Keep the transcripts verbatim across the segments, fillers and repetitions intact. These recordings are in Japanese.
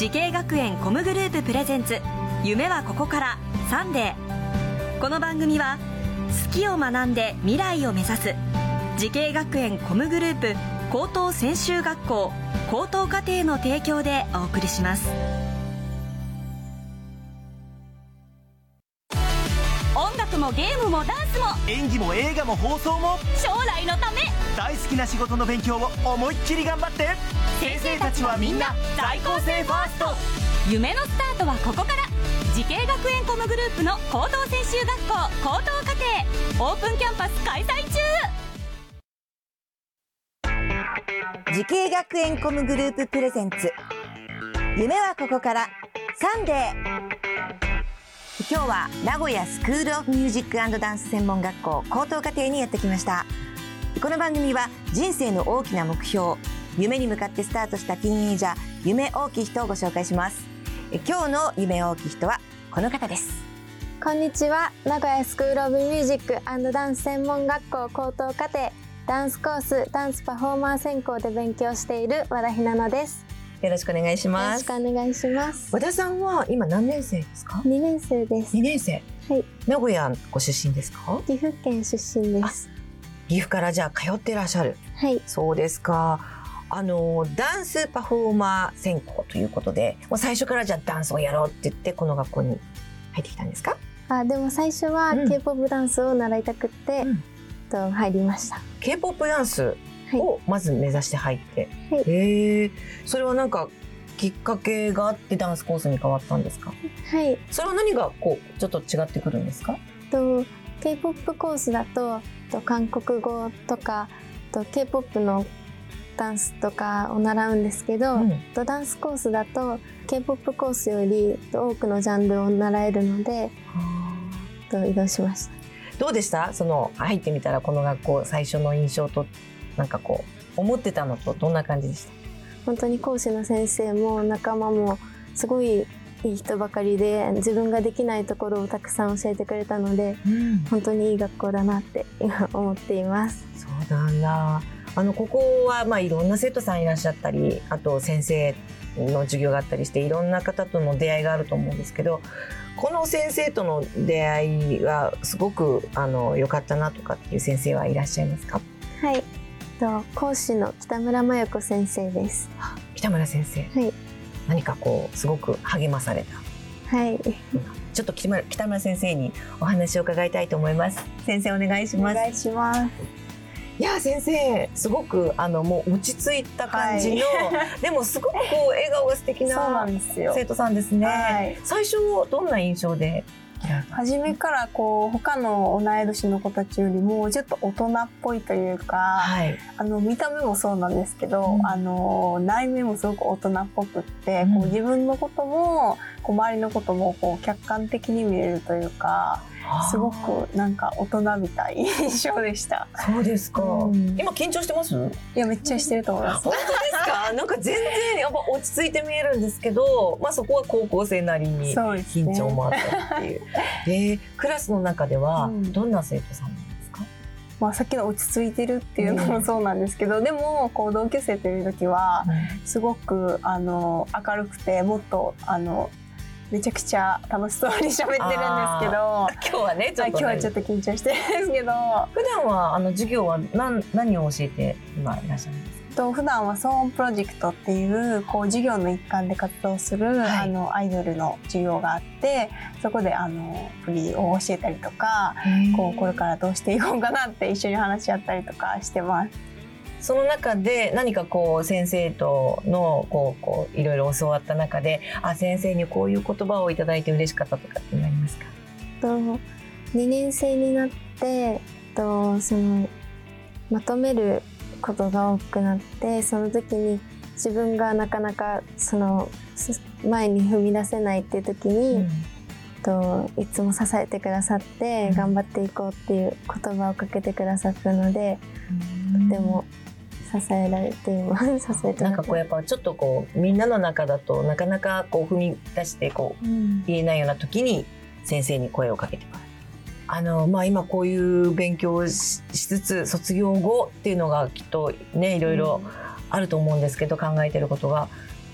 時系学園コムグループプレゼンツ夢はここからサンデー。この番組は好きを学んで未来を目指す時系学園コムグループ高等専修学校高等課程の提供でお送りします。音楽もゲームもダンスも演技も映画も放送も将来のため、 大好きな仕事の勉強を思いっきり頑張って。先生たちはみんな在校生ファースト。 夢のスタートはここから。時系学園コムグループの高等専修学校高等課程オープンキャンパス開催中。 時系学園コムグループプレゼンツ夢はここからサンデー。今日は名古屋スクールオブミュージック&ダンス専門学校高等課程にやってきました。この番組は人生の大きな目標、夢に向かってスタートしたティーンエイジャー、夢大きい人をご紹介します。今日の夢大きい人はこの方です。 こんにちは。名古屋スクールオブミュージック&ダンス専門学校高等課程ダンスコースダンスパフォーマー専攻で勉強している和田ひなのです。 よろしくお願いします。 よろしくお願いします。 和田さんは今何年生ですか？ にねん生です。 にねん生。 はい。 名古屋ご出身ですか？ 岐阜県出身です。 岐阜からじゃあ通ってらっしゃる。 はい。 そうですか。あのダンスパフォーマー専攻ということで、もう最初からじゃあダンスをやろうって言ってこの学校に入ってきたんですか？ あ、でも最初はうん K-ポップ ダンスを習いたくって、 うんと入りました。 K-ポップ ダンスをまず目指して入って、 はい、 へえ、それはなんかきっかけがあってダンスコースに変わったんですか？ はい。 それは何がこうちょっと違ってくるんですか？ と K-ポップ コースだと、と韓国語とかと K-ポップ のダンスとかを習うんですけど、うん、とダンスコースだと K-ポップ コースより多くのジャンルを習えるのでと移動しました。 どうでした？その入ってみたらこの学校最初の印象となんかこう思ってたのとどんな感じでした？ 本当に講師の先生も仲間もすごいいい人ばかりで、自分ができないところをたくさん教えてくれたので、うん、本当にいい学校だなって今思っています。 そうなんだ。あのここはまあいろんな生徒さんいらっしゃったり、あと先生の授業があったりしていろんな方との出会いがあると思うんですけど、この先生との出会いはすごくあの良かったなとかっていう先生はいらっしゃいますか？ はい、と講師の北村真由子先生です。 北村先生、 はい、 何かこうすごく励まされた。 はい、 ちょっと北村、北村先生にお話を伺いたいと思います。先生お願いします。 お願いします。 いや先生すごくあのもう落ち着いた感じの、はい、でもすごくこう笑顔が素敵な生徒さんですね。はい、最初どんな印象で？ 初めからこう他の同い年の子たちよりもちょっと大人っぽいというか、はい、あの見た目もそうなんですけど、うん、あの内面もすごく大人っぽくって、うん、こう自分のこともこう周りのこともこう客観的に見れるというか、すごくなんか大人みたい印象でした。 そうですか、うん、今緊張してます？ いやめっちゃしてると思います。 本当ですか？なんか全然やっぱ落ち着いて見えるんですけど、まあ、そこは高校生なりに緊張もあったっていう。えー、クラスの中ではどんな生徒さんなんですか？ うん、まあ、さっきの落ち着いてるっていうのもそうなんですけど、うん、でもこう同級生という時はすごくあの明るくて、もっとあのめちゃくちゃ楽しそうに喋ってるんですけど、 今日はねちょっと、ね、 今日はちょっと緊張してるんですけど、 普段はあの授業は 何, 何を教えて今いらっしゃるんですか？ と普段は騒音プロジェクトっていうこう授業の一環で活動する、はい、あのアイドルの授業があって、そこであの振りを教えたりとか、こうこれからどうしていこうかなって一緒に話し合ったりとかしてます。 その中で何かこう先生とのこうこういろいろ教わった中で、あ先生にこういう言葉をいただいて嬉しかったとかってなりますか？ とにねん生になってとそのまとめることが多くなって、その時に自分がなかなかその前に踏み出せないっていう時に、うん、といつも支えてくださって、うん、頑張っていこうっていう言葉をかけてくださったので、うん、とても支えられています。支えてなんかこうやっぱちょっとこうみんなの中だとなかなかこう踏み出してこう、うん、言えないような時に先生に声をかけてもらう。あのまあ、今こういう勉強を し, しつつ卒業後っていうのがきっとねいろいろあると思うんですけど、考えてることが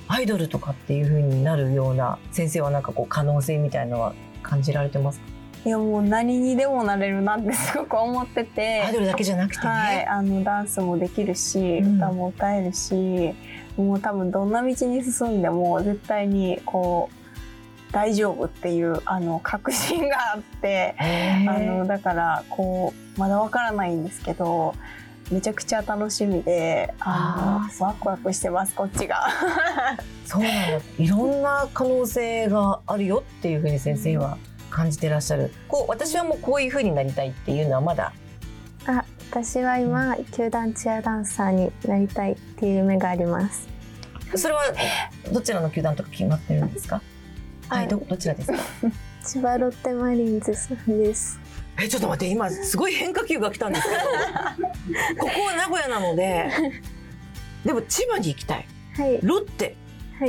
アイドルとかっていう風になるような、先生はなんかこう可能性みたいなのは感じられてますか？ いやもう何にでもなれるなってすごく思ってて、 アイドルだけじゃなくてね、 はい、あのダンスもできるし、うん、歌も歌えるし、もう多分どんな道に進んでも絶対にこう大丈夫っていうあの確信があって、あのだからこうまだわからないんですけど、めちゃくちゃ楽しみで、あのワクワクしてますこっちが。 そうなんだ。いろんな可能性があるよっていうふうに先生は感じてらっしゃる。こう私はもうこういうふうになりたいっていうのはまだ。 あ、私は今、うん、球団チアダンサーになりたいっていう夢があります。 それはどちらの球団とか決まってるんですか？はい、どどちらですか？ 千葉ロッテマリーンズさんです。 え、ちょっと待って、今すごい変化球が来たんですけどここは名古屋なのででも千葉に行きたい。 はい、 ロッテ。 はい。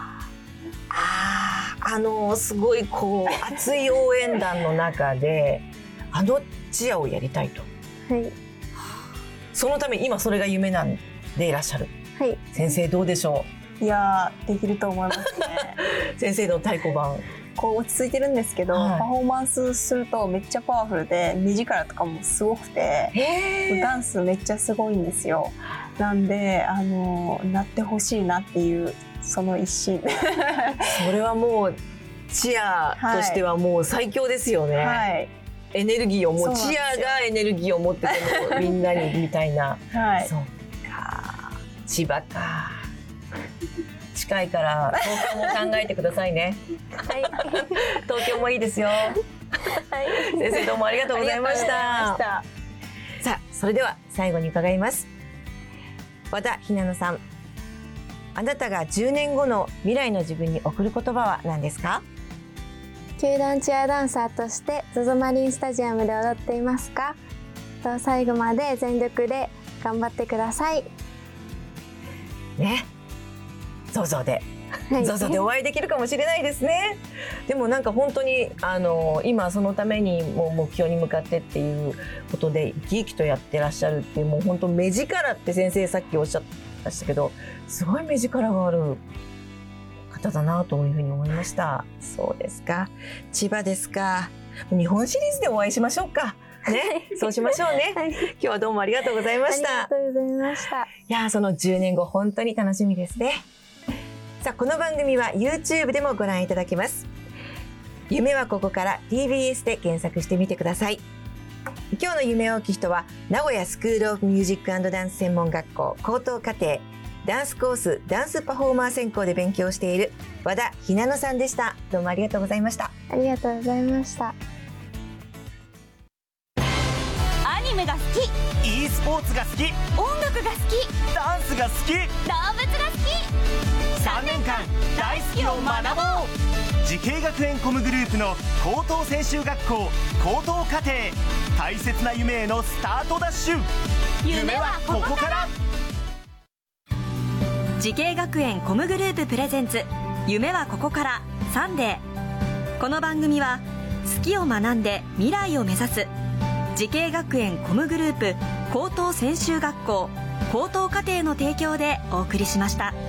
ああ、あのすごいこう熱い応援団の中であのチアをやりたいと。 はい。 そのために今それが夢なんでいらっしゃる。 はい。 先生どうでしょう？いやできると思いますね。 先生の太鼓判。 こう落ち着いてるんですけど、はい、パフォーマンスするとめっちゃパワフルで目力とかもすごくて、ダンスめっちゃすごいんですよ。なんであのなってほしいなっていうその一心。 それはもうチアとしてはもう最強ですよね。はい、エネルギーをもうチアがエネルギーを持っててもみんなにみたいな。 はい、 そうか、千葉か。近いから東京も考えてくださいね。 はい、 東京もいいですよ。はい、先生どうもありがとうございました。さあ、それでは最後に伺います。和田ひなのさん、あなたがじゅうねんごの未来の自分に贈る言葉は何ですか？ 球団チアダンサーとして ゾゾ マリンスタジアムで踊っていますか？と最後まで全力で頑張ってくださいね。ゾゾで、はい、ゾゾでお会いできるかもしれないですね。でもなんか本当にあの今そのためにもう目標に向かってっていうことで生き生きとやってらっしゃるっていう、もう本当目力って先生さっきおっしゃってましたけど、すごい目力がある方だなというふうに思いました。そうですか、千葉ですか。日本シリーズでお会いしましょうかね、そうしましょうね。はい、今日はどうもありがとうございました。 ありがとうございました。いや、そのじゅうねんご本当に楽しみですね。さあ、この番組は YouTube でもご覧いただけます。夢はここから ティービーエス で検索してみてください。今日の夢大きい人は名古屋スクールオブミュージック&ダンス専門学校高等課程ダンスコースダンスパフォーマー専攻で勉強している和田ひなのさんでした。どうもありがとうございました。 ありがとうございました。 アニメが好き、 e スポーツが好き、 音楽が好き、 ダンスが好き、 動物が好き、 さんねんかん大好きを学ぼう。慈恵学園コムグループの高等専修学校高等課程、大切な夢へのスタートダッシュ。夢はここから。 慈恵学園コムグループプレゼンツ夢はここからサンデー。この番組は好きを学んで未来を目指す慈恵学園コムグループ高等専修学校高等課程の提供でお送りしました。